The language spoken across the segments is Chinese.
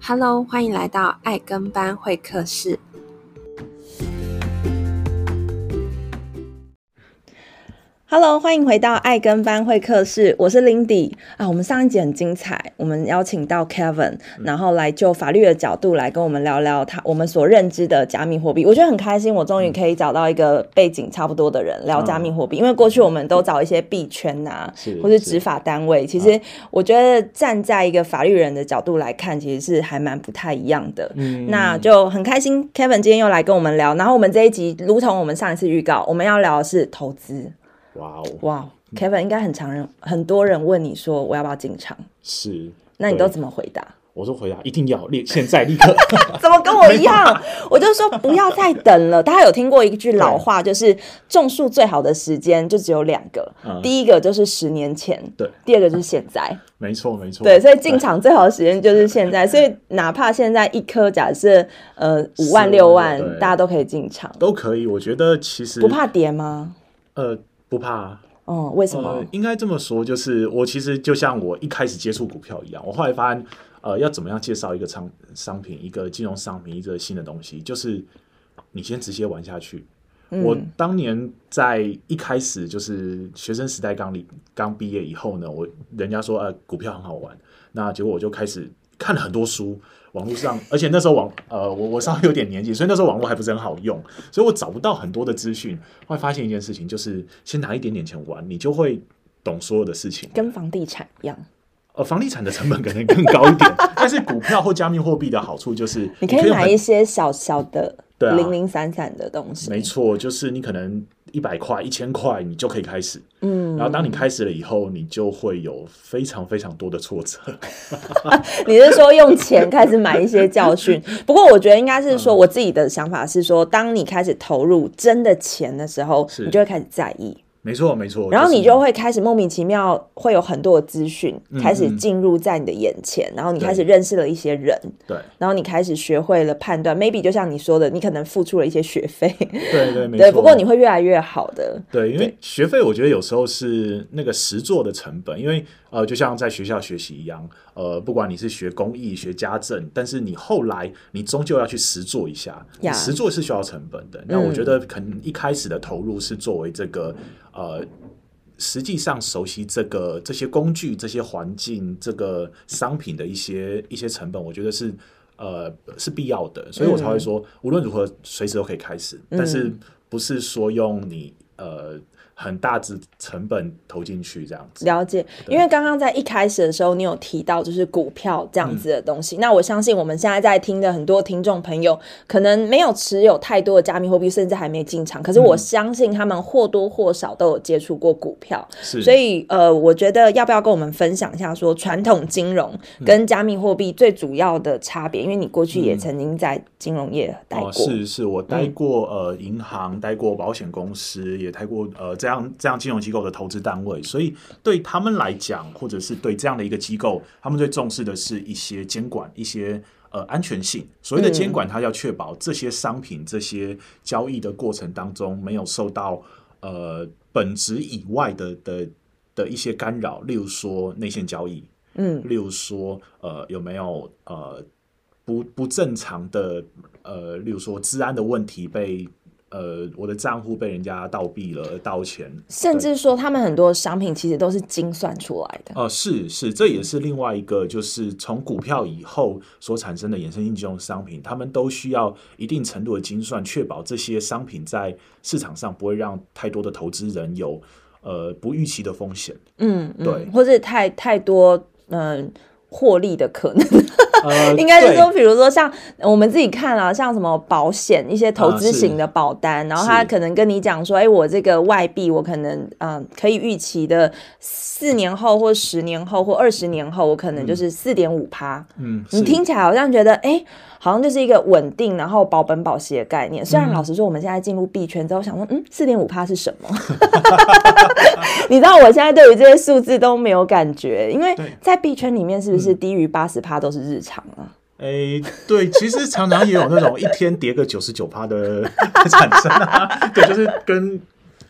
Hello， 欢迎来到爱跟班会客室。Hello， 欢迎回到爱跟班会客室，我是 Lindy 啊。我们上一集很精彩，我们邀请到 Kevin， 然后来就法律的角度来跟我们聊聊我们所认知的加密货币。我觉得很开心，我终于可以找到一个背景差不多的人聊加密货币，因为过去我们都找一些币圈啊，或是执法单位。其实我觉得站在一个法律人的角度来看，其实是还蛮不太一样的。那就很开心 Kevin 今天又来跟我们聊，然后我们这一集如同我们上一次预告，我们要聊的是投资。哇 Kevin 应该很多人问你说我要不要进场， 是， 那你都怎么回答？ 我说回答一定要，现在立刻怎么跟我一样？我就说不要再等了。大家有听过一句老话，就是种树最好的时间就只有2个，第一个就是10年前，对，第二个就是现在。 没错， 对，所以进场最好的时间就是现在。所以哪怕现在一颗假设5万6万，大家都可以进场， 都可以。我觉得其实不怕跌吗？ 不怕。 为什么？ 应该这么说，就是我其实就像我一开始接触股票一样，我后来发现，要怎么样介绍一个商品、一个金融商品、一个新的东西，就是你先直接玩下去。我当年在一开始就是学生时代刚毕业以后呢，人家说股票很好玩，那结果我就开始看了很多书，网络上，而且那时候我稍微有点年纪，所以那时候网络还不是很好用，所以我找不到很多的资讯。后来发现一件事情，就是先拿一点点钱玩，你就会懂所有的事情， 跟房地产一样。 房地产的成本可能更高一点，但是股票或加密货币的好处就是你可以买一些小小的零零散散的东西。 没错，就是你可能100块、1000块，你就可以开始。然后当你开始了以后，你就会有非常非常多的挫折。 你是说用钱开始买一些教训？不过我觉得应该是说，我自己的想法是说，当你开始投入真的钱的时候，你就会开始在意。 没错， 然后你就会开始莫名其妙会有很多的资讯开始进入在你的眼前，然后你开始认识了一些人，对，然后你开始学会了判断 ，maybe 就像你说的，你可能付出了一些学费， 对，没错。 不过你会越来越好的， 对，因为学费我觉得有时候是那个实作的成本，因为就像在学校学习一样，不管你是学工艺、学家政，但是你后来你终究要去实作一下，实作是需要成本的。那我觉得可能一开始的投入是作为这个实际上熟悉这些工具、这些环境、这个商品的一些成本，我觉得是必要的，所以我才会说，无论如何随时都可以开始，但是不是说用你很大的成本投进去这样子。 了解，因为刚刚在一开始的时候，你有提到就是股票这样子的东西。那我相信我们现在在听的很多听众朋友，可能没有持有太多的加密货币，甚至还没进场。可是我相信他们或多或少都有接触过股票，所以我觉得要不要跟我们分享一下说传统金融跟加密货币最主要的差别？因为你过去也曾经在金融业待过。 是我待过银行，待过保险公司，也待过这样金融机构的投资单位，所以对他们来讲，或者是对这样的一个机构，他们最重视的是一些监管，一些安全性。所谓的监管，它要确保这些商品、这些交易的过程当中没有受到本质以外的一些干扰，例如说内线交易，例如说有没有不正常的例如说治安的问题被。我的账户被人家盗币了，盗钱， 甚至说他们很多商品其实都是精算出来的。 是，这也是另外一个，就是从股票以后所产生的衍生性金融商品，他们都需要一定程度的精算，确保这些商品在市场上不会让太多的投资人有不预期的风险。对， 或者太多获利的可能。应该是说比如说像我们自己看啊，像什么保险一些投资型的保单，然后他可能跟你讲说我这个外币我可能可以预期的4年后或10年后或20年后我可能就是 4.5%。你听起来好像觉得好像就是一个稳定然后保本保息的概念。虽然老实说我们现在进入币圈之后想说4.5% 是什么你知道我现在对于这些数字都没有感觉，因为在币圈里面是不是低于80%都是日常啊？ 对，其实常常也有那种一天跌个99%的产生啊。对，就是跟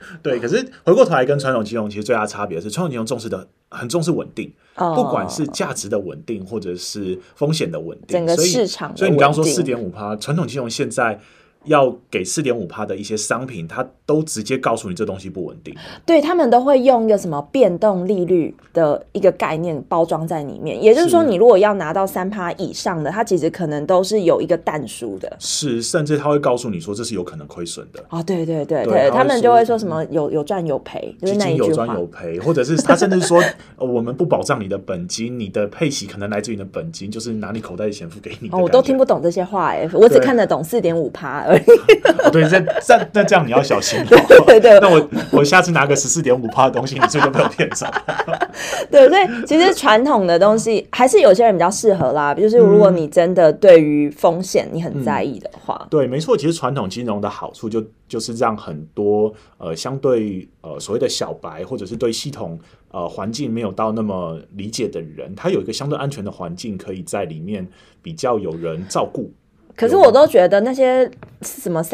对，可是回过头来跟传统金融其实最大的差别是，传统金融很重视稳定，不管是价值的稳定或者是风险的稳定， 整个市场的稳定。 所以你刚刚说4.5%，传统金融现在要给4.5%的一些商品，它都直接告诉你这东西不稳定。 对，他们都会用一个什么变动利率的一个概念包装在里面，也就是说，你如果要拿到3%以上的，它其实可能都是有一个但书的。 是，甚至他会告诉你说这是有可能亏损的。 哦，对，他们就会说什么有赚有赔，就是那一句话。 基金有赚有赔，或者是他甚至说我们不保障你的本金，你的配息可能来自于你的本金，就是拿你口袋的钱付给你的。 我都听不懂这些话我只看得懂4.5%而已。 对，那这样你要小心。 对， 那我下次拿个14.5%的东西，你这就被我骗走。 对，所以其实传统的东西还是有些人比较适合啦，就是如果你真的对于风险你很在意的话， 对，没错。其实传统金融的好处就是让很多相对所谓的小白，或者是对系统环境没有到那么理解的人，他有一个相对安全的环境，可以在里面比较有人照顾。 可是我都觉得那些什么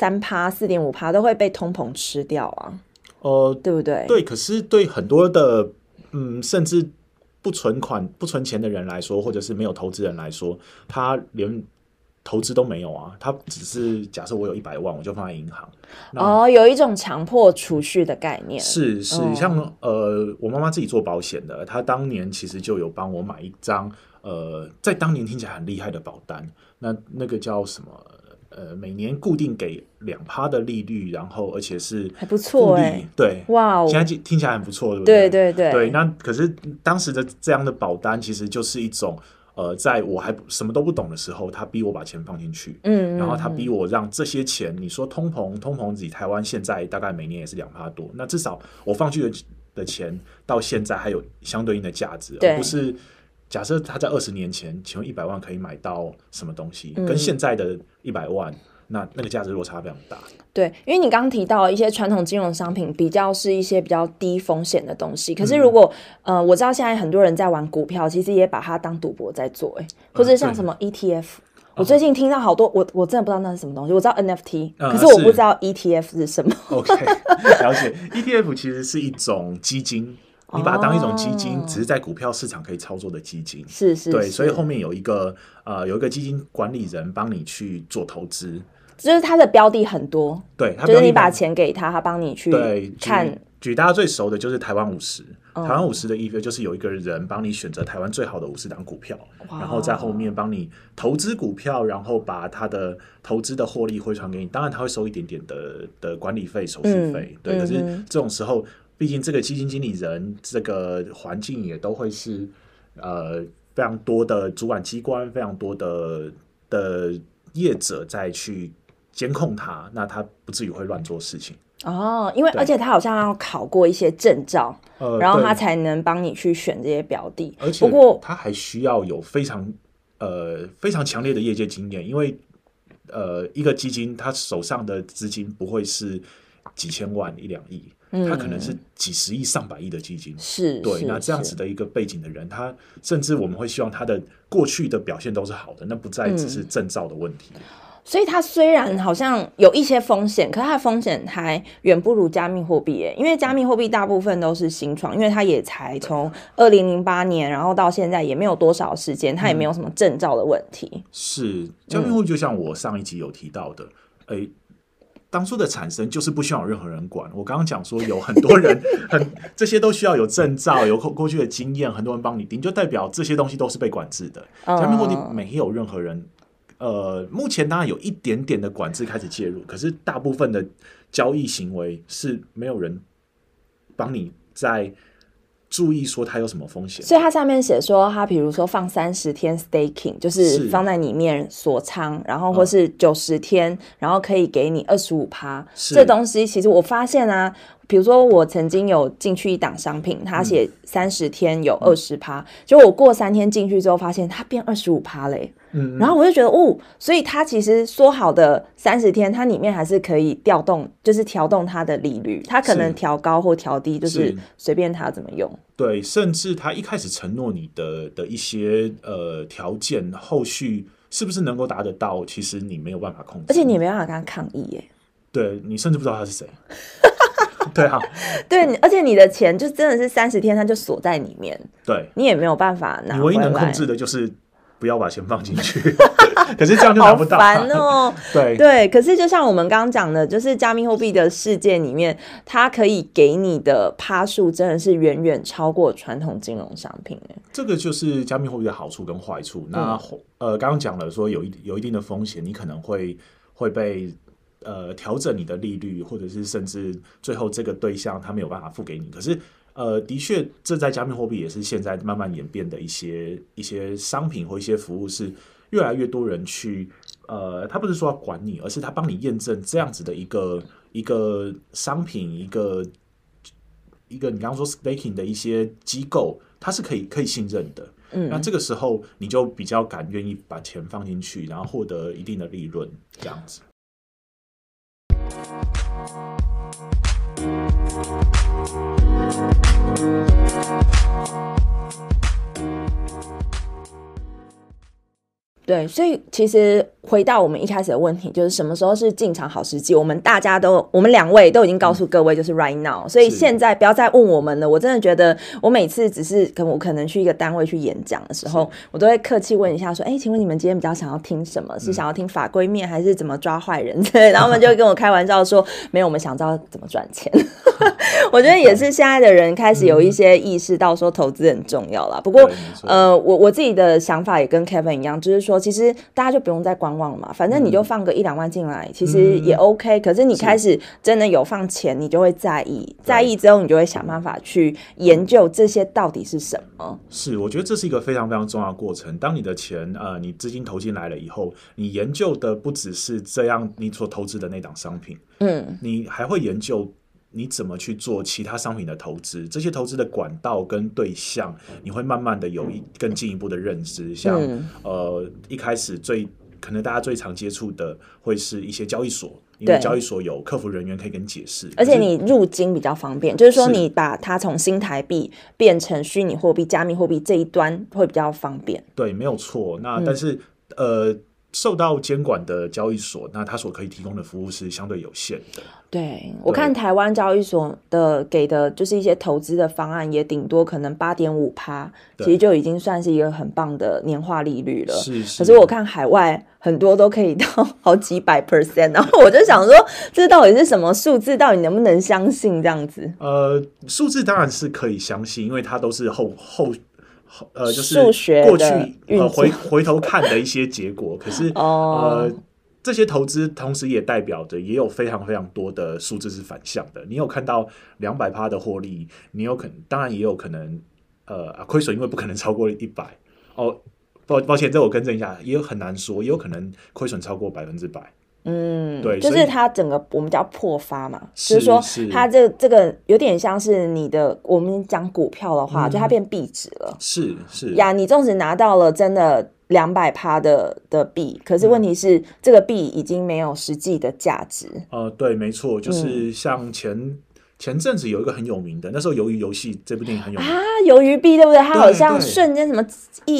3%、4.5%都会被通膨吃掉啊，对不对？ 对，可是对很多的甚至不存钱的人来说，或者是没有投资人来说，他连投资都没有啊，他只是假设我有100万，我就放在银行。 有一种强迫储蓄的概念。 是，像我妈妈自己做保险的，她当年其实就有帮我买一张在当年听起来很厉害的保单，那个叫什么？每年固定给2%的利率，然后而且是还不错对， 哇， 现在听起来很不错，对不对？ 对， 那可是当时的这样的保单，其实就是一种在我还什么都不懂的时候，他逼我把钱放进去，然后他逼我让这些钱，你说通膨以台湾现在大概每年也是2%多，那至少我放进去的钱到现在还有相对应的价值，而不是。假设他在20年前，请问100万可以买到什么东西？跟现在的100万，那个价值落差非常大。 对，因为你刚刚提到一些传统金融商品比较是一些比较低风险的东西，可是如果我知道现在很多人在玩股票，其实也把它当赌博在做，或者像什么 ETF。我最近听到好多，我真的不知道那是什么东西。我知道 NFT，可是我不知道 ETF 是什么。 OK， 了解。ETF 其实是一种基金。你把它当一种基金，只是在股票市场可以操作的基金，对，所以后面有一个基金管理人帮你去做投资， 就是他的标的很多， 对， 就是你把钱给他，他帮你去看。 举大家最熟的就是台湾50，台湾50的 ETF 就是有一个人帮你选择台湾最好的50档股票，然后在后面帮你投资股票，然后把他的投资的获利汇传给你，当然他会收一点点的管理费、手续费，对，可是这种时候。毕竟这个基金经理人这个环境也都会是非常多的主管机关，非常多的业者在去监控他，那他不至于会乱做事情。 因为而且他好像要考过一些证照，然后他才能帮你去选这些标的。 而且，不过他还需要有非常强烈的业界经验，因为一个基金他手上的资金不会是几千万、1-2亿。他可能是几十亿、上百亿的基金，对。那这样子的一个背景的人，他甚至我们会希望他的过去的表现都是好的，那不再只是证照的问题。 所以它虽然好像有一些风险，可是它的风险还远不如加密货币因为加密货币大部分都是新创，因为它也才从2008年，然后到现在也没有多少时间，它也没有什么证照的问题。 是加密货币，就像我上一集有提到的，当初的产生就是不需要有任何人管。我刚刚讲说有很多人这些都需要有证照，有过去的经验，很多人帮你盯，就代表这些东西都是被管制的。加密货币没有任何人目前当然有一点点的管制开始介入，可是大部分的交易行为是没有人帮你在注意说它有什么风险。 所以它上面写说，它比如说放30天 staking， 就是放在里面锁仓，然后或是90天，然后可以给你25%。这东西其实我发现啊，比如说我曾经有进去一档商品，它写30天有20%，结果我过3天进去之后发现它变25%嘞。然后我就觉得所以它其实说好的30天，它里面还是可以调动，就是调动它的利率，它可能调高或调低，就是随便它怎么用。 对，甚至它一开始承诺你的一些条件，后续是不是能够达得到，其实你没有办法控制， 而且你没办法跟他抗议耶。 对，你甚至不知道他是谁。 对啊， 对，而且你的钱就真的是30天，它就锁在里面， 对， 你也没有办法拿回来。 你唯一能控制的就是不要把钱放进去，可是这样就拿不到， 好烦哦。 对对，可是就像我们刚刚讲的，就是加密货币的世界里面，它可以给你的趴数真的是远远超过传统金融商品。 这个就是加密货币的好处跟坏处。那刚刚讲了说有一定的风险，你可能会被调整你的利率，或者是甚至最后这个对象他没有办法付给你。可是的确，这在加密货币也是现在慢慢演变的一些商品或一些服务，是越来越多人去他不是说要管你，而是他帮你验证这样子的一个商品，一个你刚刚说 staking 的一些机构，它是可以信任的。那这个时候你就比较愿意把钱放进去，然后获得一定的利润，这样子。 对，所以其实回到我们一开始的问题，就是什么时候是进场好时机？我们2位都已经告诉各位，就是 right now。所以现在不要再问我们了。我真的觉得，我每次只是我可能去一个单位去演讲的时候，我都会客气问一下，说：“请问你们今天比较想要听什么？是想要听法规面，还是怎么抓坏人？”然后他们就会跟我开玩笑说：“没有，我们想知道怎么赚钱。”我觉得也是现在的人开始有一些意识到说投资很重要啦。不过我自己的想法也跟 Kevin 一样，就是说其实大家就不用再观望了嘛，反正你就放个1-2万进来其实也 OK。可是你开始真的有放钱，你就会在意之后你就会想办法去研究这些到底是什么。 是，我觉得这是一个非常非常重要的过程。当你的钱你资金投进来了以后，你研究的不只是这样你所投资的那档商品，你还会研究你怎么去做其他商品的投资，这些投资的管道跟对象，你会慢慢的有更进一步的认知。像一开始可能大家最常接触的会是一些交易所，因为交易所有客服人员可以跟你解释， 而且你入金比较方便，就是说你把它从新台币变成虚拟货币、加密货币这一端会比较方便。对， 没有错。那但是受到监管的交易所，那它所可以提供的服务是相对有限的。 对，我看台湾交易所给的就是一些投资的方案，也顶多可能8.5%，其实就已经算是一个很棒的年化利率了。可是我看海外很多都可以到好几百%，然后我就想说，这到底是什么数字？到底能不能相信这样子？ 数字当然是可以相信，因为它都是就是数学过去回头看的一些结果。可是这些投资同时也代表着也有非常非常多的数字是反向的。你有看到200%的获利，你当然也有可能亏损，因为不可能超过100%。抱歉，这我更正一下，也有很难说，也有可能亏损超过100%。对， 就是它整个我们叫破发嘛，就是说它这个有点像是我们讲股票的话，就它变币值了。是呀，你纵使拿到了真的200%的币，可是问题是这个币已经没有实际的价值。 对，没错，就是像前阵子有一个很有名的，那时候鱿鱼游戏这部电影很有名鱿鱼币对不对？它好像瞬间什么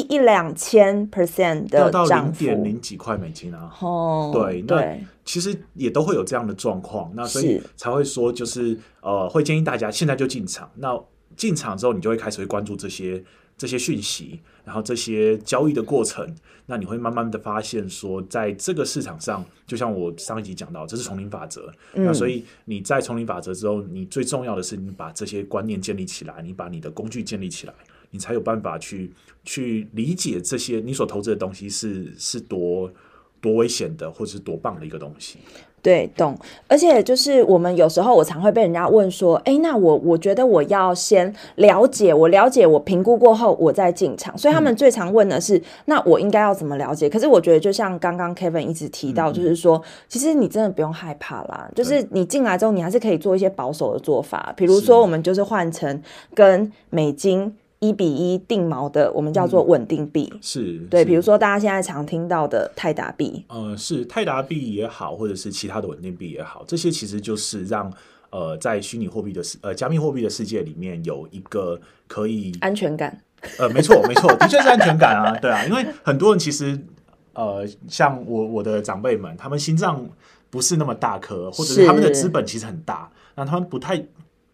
1-2000% 的涨幅， 到0.0几块美金啊。对，那其实也都会有这样的状况，那所以才会说就是会建议大家现在就进场。那进场之后，你就会开始会关注这些讯息，然后这些交易的过程，那你会慢慢的发现说，在这个市场上，就像我上一集讲到，这是丛林法则。那所以你在丛林法则之后，你最重要的是你把这些观念建立起来，你把你的工具建立起来，你才有办法去理解这些你所投资的东西是多危险的，或者是多棒的一个东西。 对，懂。而且就是我们有时候我常会被人家问说，那我觉得我要先了解，我评估过后我再进场，所以他们最常问的是，那我应该要怎么了解？可是我觉得就像刚刚 Kevin 一直提到，就是说其实你真的不用害怕啦，就是你进来之后你还是可以做一些保守的做法，比如说我们就是换成跟美金1:1定锚的，我们叫做稳定币。对，比如说大家现在常听到的泰达币， 是泰达币也好，或者是其他的稳定币也好，这些其实就是让在虚拟货币的加密货币的世界里面有一个可以安全感。 没错，的确是安全感啊，对啊，因为很多人其实像我的长辈们，他们心脏不是那么大颗，或者是他们的资本其实很大，那他们不太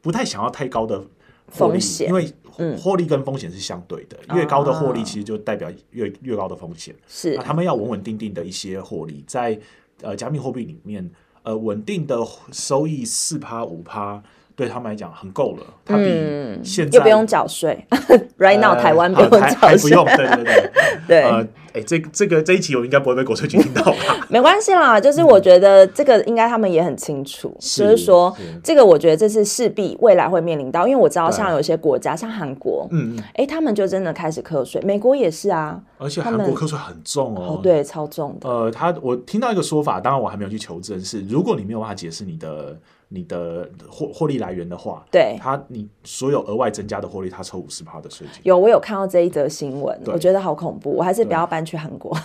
不太想要太高的风险， 因为获利跟风险是相对的，越高的获利其实就代表越高的风险。 是， 那他们要稳稳定定的一些获利，在加密货币里面，稳定的收益4%、5%。对他们来讲很够了，它比现在又不用缴税，right now 台湾不用缴税， 还不用，对对， 这一集我应该不会被国税局听到吧？ 没关系啦，就是我觉得这个应该他们也很清楚，就是说这个我觉得这是势必未来会面临到，因为我知道像有些国家，像韩国，他们就真的开始课税，美国也是啊， 而且韩国课税很重哦， 对，超重的。 我听到一个说法，当然我还没有去求证，是如果你没有办法解释你的获利来源的话， 对， 你所有额外增加的获利，他抽50%的税金。 我有看到这一则新闻，我觉得好恐怖，我还是不要搬去韩国。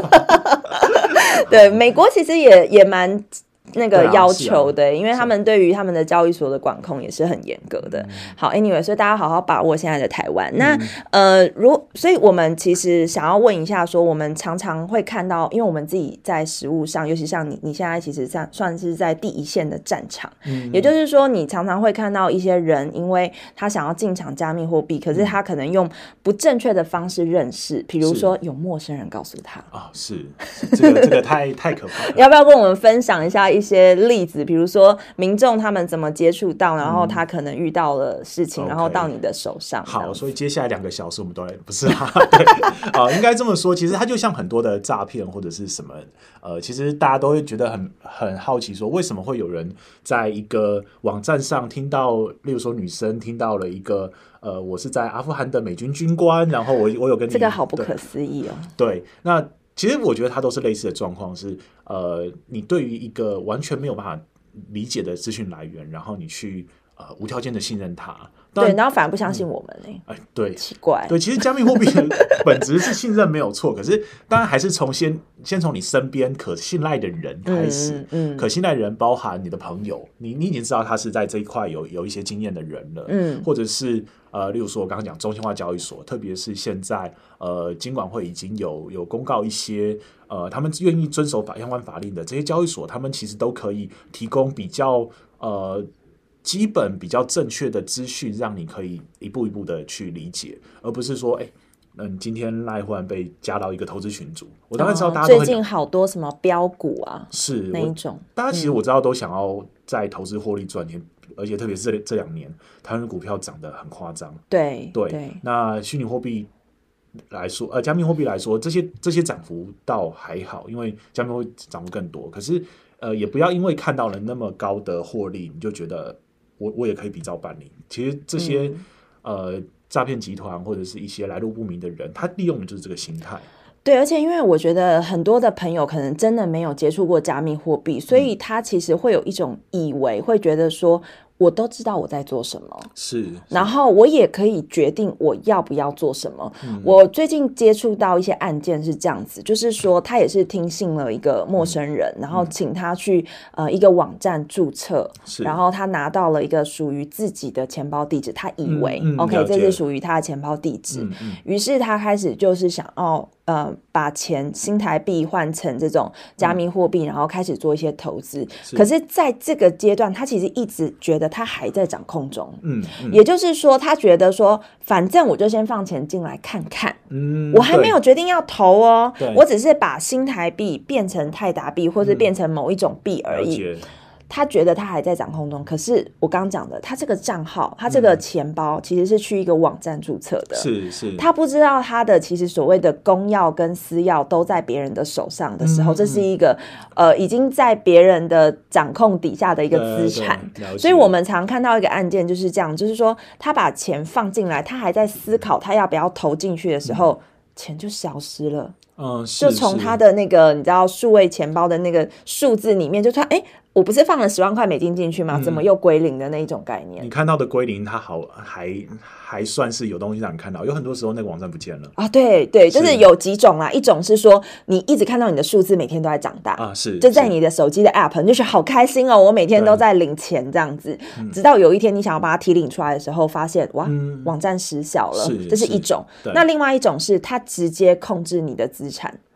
对，美国其实也蛮那个要求的，因为他们对于他们的交易所的管控也是很严格的。好 ，anyway， 所以大家好好把握现在的台湾。那所以我们其实想要问一下，说我们常常会看到，因为我们自己在实务上，尤其像你现在其实算是在第一线的战场，也就是说，你常常会看到一些人，因为他想要进场加密货币，可是他可能用不正确的方式认识，比如说有陌生人告诉他是这个太可怕了。 要不要跟我们分享一下一些例子，比如说民众他们怎么接触到，然后他可能遇到了事情，然后到你的手上。 好，所以接下来2个小时我们都来，不是对，应该这么说，其实它就像很多的诈骗或者是什么，其实大家都会觉得很好奇，说为什么会有人在一个网站上听到，例如说女生听到了一个我是在阿富汗的美军军官，然后我有跟你， 这个好不可思议哦。 对，那其实我觉得它都是类似的状况，是你对于一个完全没有办法理解的资讯来源，然后你去无条件的信任它， 对，然后反而不相信我们呢？ 对， 奇怪。 对，其实加密货币的本质是信任没有错，可是当然还是先从你身边可信赖的人开始。可信赖的人包含你的朋友，你已经知道他是在这一块有一些经验的人了，或者是例如说我刚刚讲中心化交易所，特别是现在金管会已经有公告一些他们愿意遵守相关法令的这些交易所，他们其实都可以提供比较基本比较正确的资讯，让你可以一步一步的去理解，而不是说今天赖忽然被加到一个投资群组，我当然知道大家都最近好多什么标股啊， 是那一种， 大家其实我知道都想要在投资获利赚钱，而且特别是这2年，台湾股票涨得很夸张。 对， 那虚拟货币来说，加密货币来说，这些涨幅倒还好，因为加密会涨幅更多。可是也不要因为看到了那么高的获利，你就觉得我也可以比照办理。其实这些诈骗集团或者是一些来路不明的人，他利用的就是这个心态。 对，而且因为我觉得很多的朋友可能真的没有接触过加密货币，所以他其实会有一种以为，会觉得说我都知道我在做什么，然后我也可以决定我要不要做什么。我最近接触到一些案件是这样子，就是说他也是听信了一个陌生人，然后请他去一个网站注册，然后他拿到了一个属于自己的钱包地址，他以为OK 这是属于他的钱包地址，于是他开始就是想要把新台币换成这种加密货币，然后开始做一些投资。可是在这个阶段，他其实一直觉得他还在掌控中，也就是说他觉得说反正我就先放钱进来看看，我还没有决定要投哦，我只是把新台币变成泰达币或是变成某一种币而已。他觉得他还在掌控中，可是我刚刚讲的，他这个账号，他这个钱包其实是去一个网站注册的， 是他不知道他的其实所谓的公钥跟私钥都在别人的手上的时候，这是一个已经在别人的掌控底下的一个资产。所以我们常看到一个案件就是这样，就是说他把钱放进来，他还在思考他要不要投进去的时候，钱就消失了。就从他的那个你知道数位钱包的那个数字里面就说我不是放了10万块美金进去吗？怎么又归零的那一种概念？ 你看到的归零，它还算是有东西让你看到，有很多时候那个网站不见了啊。 对，就是有几种啦，一种是说你一直看到你的数字每天都在长大啊，就在你的手机的 app， 你就觉得好开心哦，我每天都在领钱这样子，直到有一天你想要把它提领出来的时候，发现哇，网站失效了，这是一种。那另外一种是它直接控制你的资产。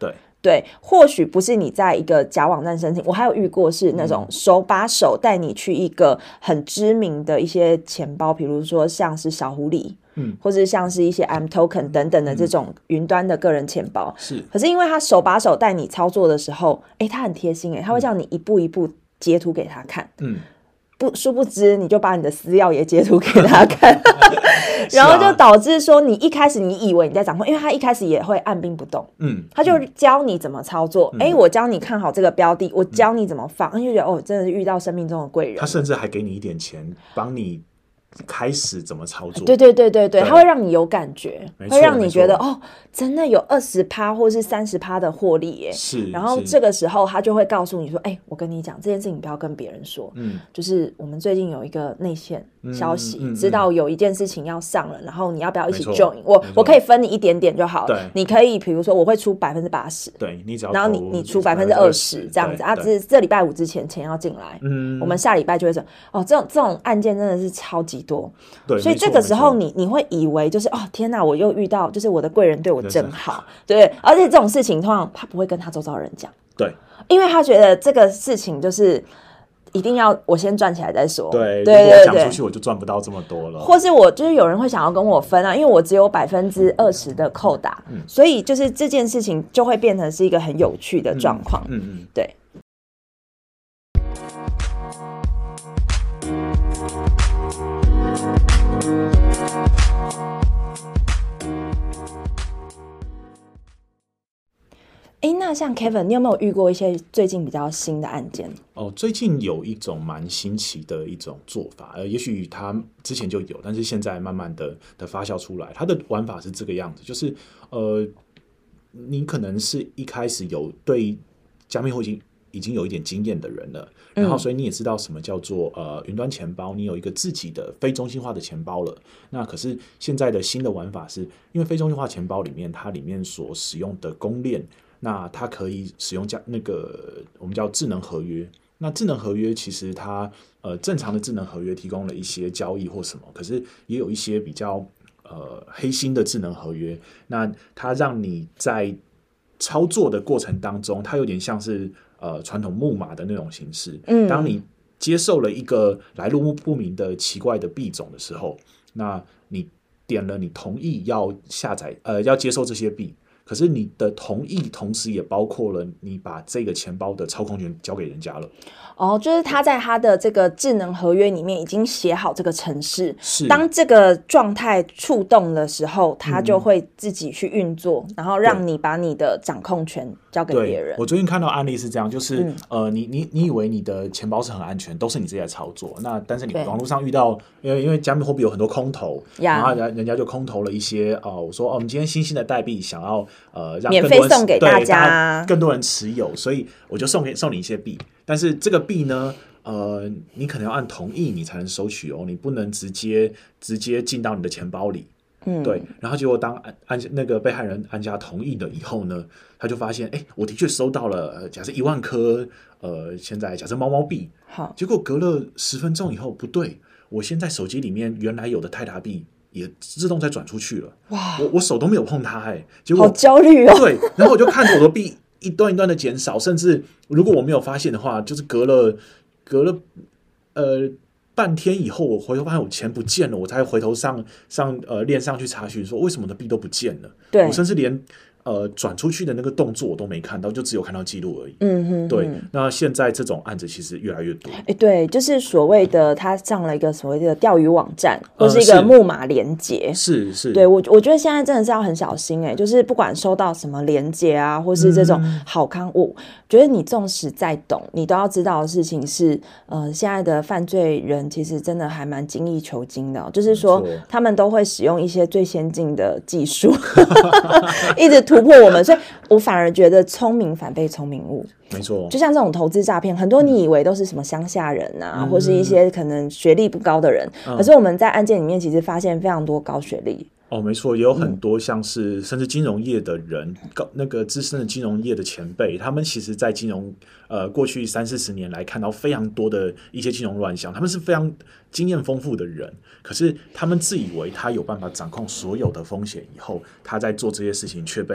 对，或许不是你在一个假网站申请，我还有遇过是那种手把手带你去一个很知名的一些钱包，比如说像是小狐狸。或者像是一些 mToken 等等的这种云端的个人钱包， 是。 可是因为他手把手带你操作的时候，他很贴心他会叫你一步一步截图给他看，殊不知你就把你的私钥也截图给他看然后就导致说你一开始你以为你在掌控，因为他一开始也会按兵不动，他就教你怎么操作，我教你看好这个标的，我教你怎么放，你就觉得真的是遇到生命中的贵人。 他甚至还给你一点钱帮你开始怎么操作。 对，它会让你有感觉，会让你觉得真的有20%或是30%的获利耶。 是。 然后这个时候他就会告诉你说我跟你讲这件事情不要跟别人说，就是我们最近有一个内线消息，知道有一件事情要上了，然后你要不要一起 join？ 我可以分你一点点就好了，你可以比如说我会出80%， 对，你只要然后你出20%这样子这礼拜5之前钱要进来，我们下礼拜就会说这种案件真的是超级多， 对， 所以这个时候你会以为就是天哪，我又遇到就是我的贵人对我真好，对，而且这种事情通常他不会跟他周遭的人讲， 对， 因为他觉得这个事情就是一定要我先赚起来再说， 对，如果我讲出去我就赚不到这么多了， 或是我就是有人会想要跟我分因为我只有20%的扣打，所以就是这件事情就会变成是一个很有趣的状况，对。那像 Kevin 你有没有遇过一些最近比较新的案件？ 最近有一种蛮新奇的一种做法，也许他之前就有，但是现在慢慢的发酵出来。他的玩法是这个样子，就是你可能是一开始有对加密货币已经有一点经验的人了，然后所以你也知道什么叫做云端钱包，你有一个自己的非中心化的钱包了。那可是现在的新的玩法是，因为非中心化钱包里面它里面所使用的公链，那它可以使用那个我们叫智能合约。那智能合约其实它正常的智能合约提供了一些交易或什么，可是也有一些比较黑心的智能合约。那它让你在操作的过程当中，它有点像是传统木马的那种形式。当你接受了一个来路不明的奇怪的币种的时候，那你点了你同意要下载要接受这些币。可是你的同意同时也包括了你把这个钱包的操控权交给人家了。 就是他在他的这个智能合约里面已经写好这个程式， 是当这个状态触动的时候，他就会自己去运作，然后让你把你的掌控权交给别人。 我最近看到案例是这样，就是你以为你的钱包是很安全，都是你自己在操作，那但是你网络上遇到，因为加密货币有很多空投，然后人家就空投了一些我说我们今天新兴的代币想要让免费送给大家， 更多人持有，所以我就送你一些币。但是这个币呢，你可能要按同意你才能收取你不能直接进到你的钱包里。对。然后结果当那个被害人按下同意了以后呢，他就发现，我的确收到了，假设1万颗，现在假设猫币， 好， 结果隔了10分钟以后，不对，我现在手机里面原来有的泰达币也自动再转出去了。哇，我手都没有碰它，结果好焦虑哦。 对，然后我就看着我的币一段一段的减少，甚至如果我没有发现的话，就是隔了半天以后，我回头发现我钱不见了，我才回头上链上去查询说为什么我的币都不见了。 对， 我甚至连转出去的那个动作我都没看到，就只有看到记录而已。对。那现在这种案子其实越来越多。 对，就是所谓的他上了一个所谓的钓鱼网站，或是一个木马连结。 是。 对，我觉得现在真的是要很小心就是不管收到什么连结啊，或是这种好康，我觉得你纵使再懂，你都要知道的事情是，现在的犯罪人其实真的还蛮精益求精的就是说他们都会使用一些最先进的技术，一直突破我们，所以我反而觉得聪明反被聪明误。 没错， 就像这种投资诈骗，很多你以为都是什么乡下人啊，或是一些可能学历不高的人，可是我们在案件里面其实发现非常多高学历。 没错，也有很多像是甚至金融业的人，那个资深的金融业的前辈，他们其实在金融过去30-40年来看到非常多的一些金融乱象，他们是非常经验丰富的人，可是他们自以为他有办法掌控所有的风险以后，他在做这些事情却被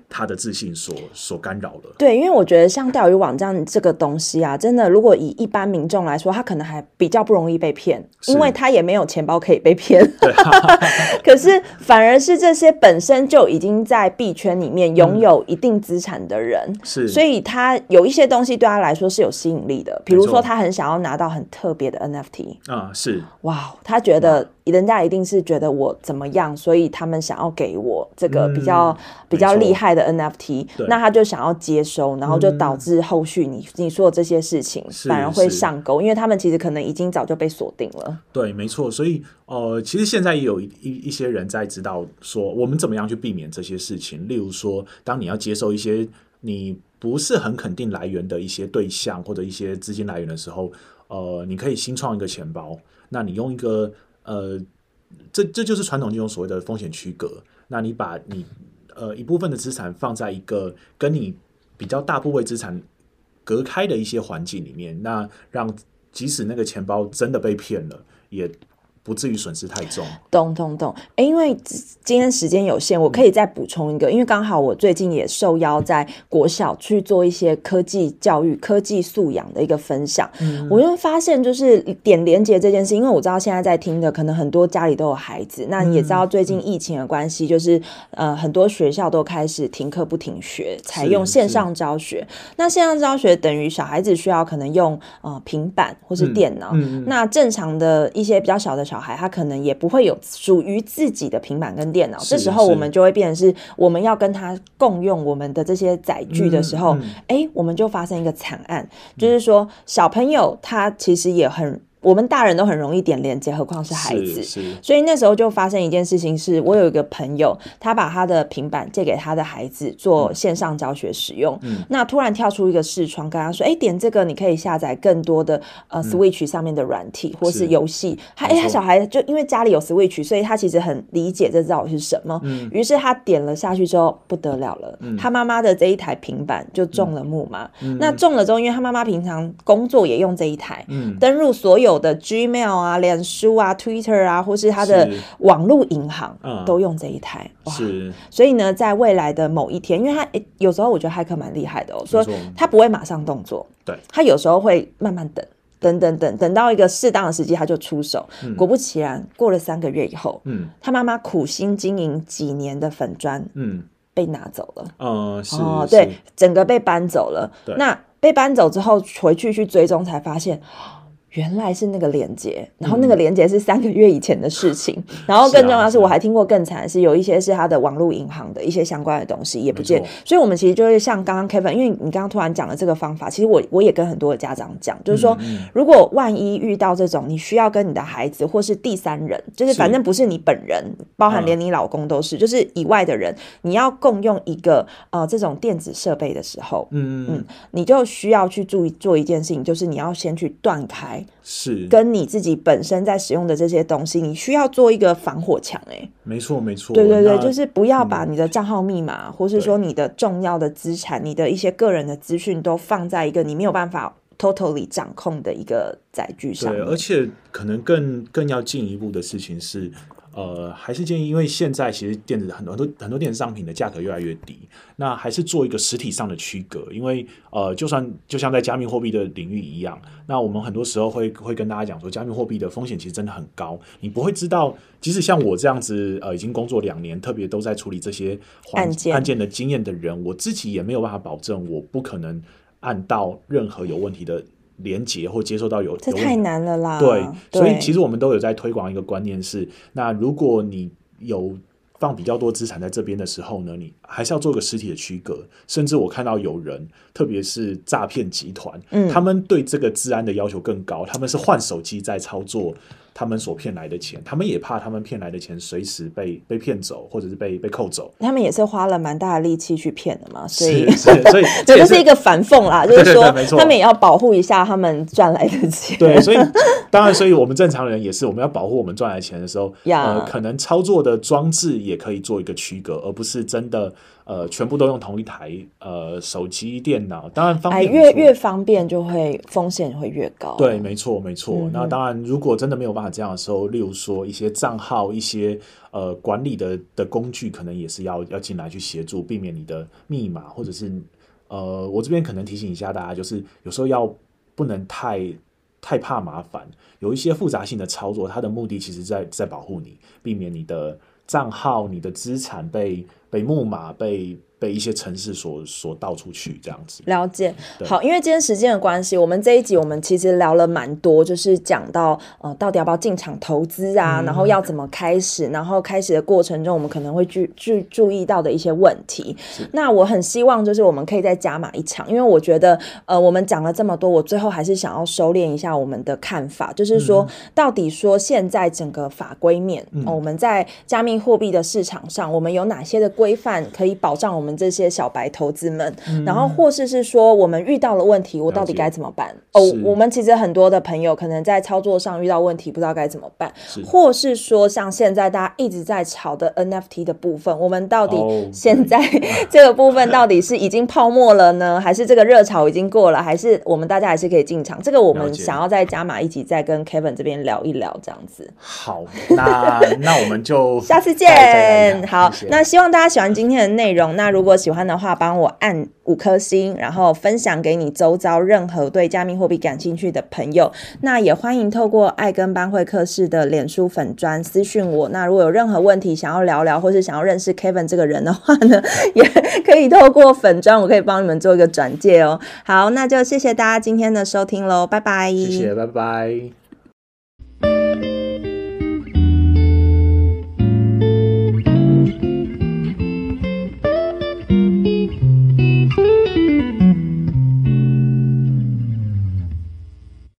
他的自信所干扰了。 对，因为我觉得像钓鱼网站这个东西啊，真的如果以一般民众来说，他可能还比较不容易被骗，因为他也没有钱包可以被骗。可是反而是这些本身就已经在币圈里面拥有一定资产的人，所以他有一些东西对他来说是有吸引力的，比如说他很想要拿到很特别的 NFT 是哇，他觉得人家一定是觉得我怎么样，所以他们想要给我这个比较厉害的 NFT，那他就想要接收，然后就导致后续你说的这些事情反而会上钩，因为他们其实可能已经早就被锁定了。 对，没错。所以其实现在也有一些人在知道说我们怎么样去避免这些事情，例如说当你要接受一些你不是很肯定来源的一些对象或者一些资金来源的时候，你可以新创一个钱包，那你用一个这就是传统金融所谓的风险区隔。那你把你一部分的资产放在一个跟你比较大部位资产隔开的一些环境里面，那让即使那个钱包真的被骗了，也不至于损失太重。 懂。因为今天时间有限，我可以再补充一个，因为刚好我最近也受邀在国小去做一些科技教育、科技素养的一个分享。我就发现就是点连结这件事，因为我知道现在在听的可能很多家里都有孩子，那你也知道最近疫情的关系，就是很多学校都开始停课不停学，采用线上教学。那线上教学等于小孩子需要可能用平板或是电脑，那正常的一些比较小的小孩他可能也不会有属于自己的平板跟电脑，这时候我们就会变成是我们要跟他共用我们的这些载具的时候，我们就发生一个惨案，就是说小朋友他其实也我们大人都很容易点连结，何况是孩子。所以那时候就发生一件事情是，我有一个朋友，他把他的平板借给他的孩子做线上教学使用，那突然跳出一个视窗跟他说点这个你可以下载更多的Switch 上面的软体或是游戏。他小孩就因为家里有 Switch， 所以他其实很理解这到底是什么，于是他点了下去之后不得了了，他妈妈的这一台平板就中了木马。那中了之后，因为他妈妈平常工作也用这一台，登入所有的 Gmail 啊、脸书啊、Twitter 啊，或是他的网络银行都用这一台。所以呢，在未来的某一天，因为他有时候我觉得骇客蛮厉害的说他不会马上动作，他有时候会慢慢等到一个适当的时机他就出手。果不其然，过了3个月以后，他妈妈苦心经营几年的粉专被拿走了。对，整个被搬走了。那被搬走之后回去追踪才发现原来是那个连结，然后那个连结是3个月以前的事情，然后更重要的是我还听过更惨的是有一些是他的网络银行的一些相关的东西也不见。所以我们其实就是像刚刚 Kevin， 因为你刚刚突然讲了这个方法，其实我也跟很多的家长讲，就是说如果万一遇到这种你需要跟你的孩子或是第三人，就是反正不是你本人，包含连你老公都是，就是以外的人，你要共用一个这种电子设备的时候，你就需要去做一件事情，就是你要先去断开是跟你自己本身在使用的这些东西，你需要做一个防火墙。 没错， 对，就是不要把你的账号密码，或是说你的重要的资产，你的一些个人的资讯都放在一个你没有办法 totally 掌控的一个载具上面。 对，而且可能更要进一步的事情是还是建议，因为现在其实很多电子商品的价格越来越低，那还是做一个实体上的区隔。因为就像在加密货币的领域一样，那我们很多时候会跟大家讲说，加密货币的风险其实真的很高，你不会知道，即使像我这样子已经工作2年，特别都在处理这些案件的经验的人，我自己也没有办法保证我不可能按到任何有问题的连结或接受到这太难了啦。 对，所以其实我们都有在推广一个观念是，那如果你有放比较多资产在这边的时候呢，你还是要做个实体的区隔。甚至我看到有人，特别是诈骗集团，他们对这个治安的要求更高，他们是换手机在操作他们所骗来的钱，他们也怕他们骗来的钱随时被骗走，或者是被扣走。 他们也是花了蛮大的力气去骗的嘛，所以这就是一个反讽啦，就是说他们也要保护一下他们赚来的钱。 对，所以当然，所以我们正常人也是，我们要保护我们赚来的钱的时候，可能操作的装置也可以做一个区隔，而不是真的全部都用同一台手机电脑，当然方便越方便就会风险会越高。 对，没错。那当然如果真的没有办法这样的时候，例如说一些账号一些管理的工具可能也是要进来去协助，避免你的密码或者是我这边可能提醒一下大家，就是有时候不能太怕麻烦，有一些复杂性的操作，它的目的其实在保护你，避免你的账号、你的资产被木马、被一些程式所盗出去，这样子。 了解。好，因为今天时间的关系，我们这一集我们其实聊了蛮多，就是讲到到底要不要进场投资啊，然后要怎么开始，然后开始的过程中我们可能会注意到的一些问题。那我很希望就是我们可以再加码一场，因为我觉得我们讲了这么多，我最后还是想要收敛一下我们的看法，就是说到底说现在整个法规面，我们在加密货币的市场上，我们有哪些的规范可以保障我们这些小白投资们，然后或是说我们遇到了问题，我到底该怎么办？我们其实很多的朋友可能在操作上遇到问题，不知道该怎么办，或是说像现在大家一直在炒的 NFT 的部分，我们到底现在这个部分到底是已经泡沫了呢，还是这个热潮已经过了，还是我们大家还是可以进场？这个我们想要再加码一集，再跟 Kevin 这边聊一聊，这样子。 好，那我们就下次见。好，那希望大家喜欢今天的内容。那如果喜欢的话，帮我按5颗星，然后分享给你周遭任何对加密货币感兴趣的朋友。那也欢迎透过爱跟班会客室的脸书粉专私讯我。那如果有任何问题想要聊聊，或是想要认识 Kevin 这个人的话呢，也可以透过粉专，我可以帮你们做一个转介哦。好，那就谢谢大家今天的收听咯，拜拜。 谢谢，拜拜。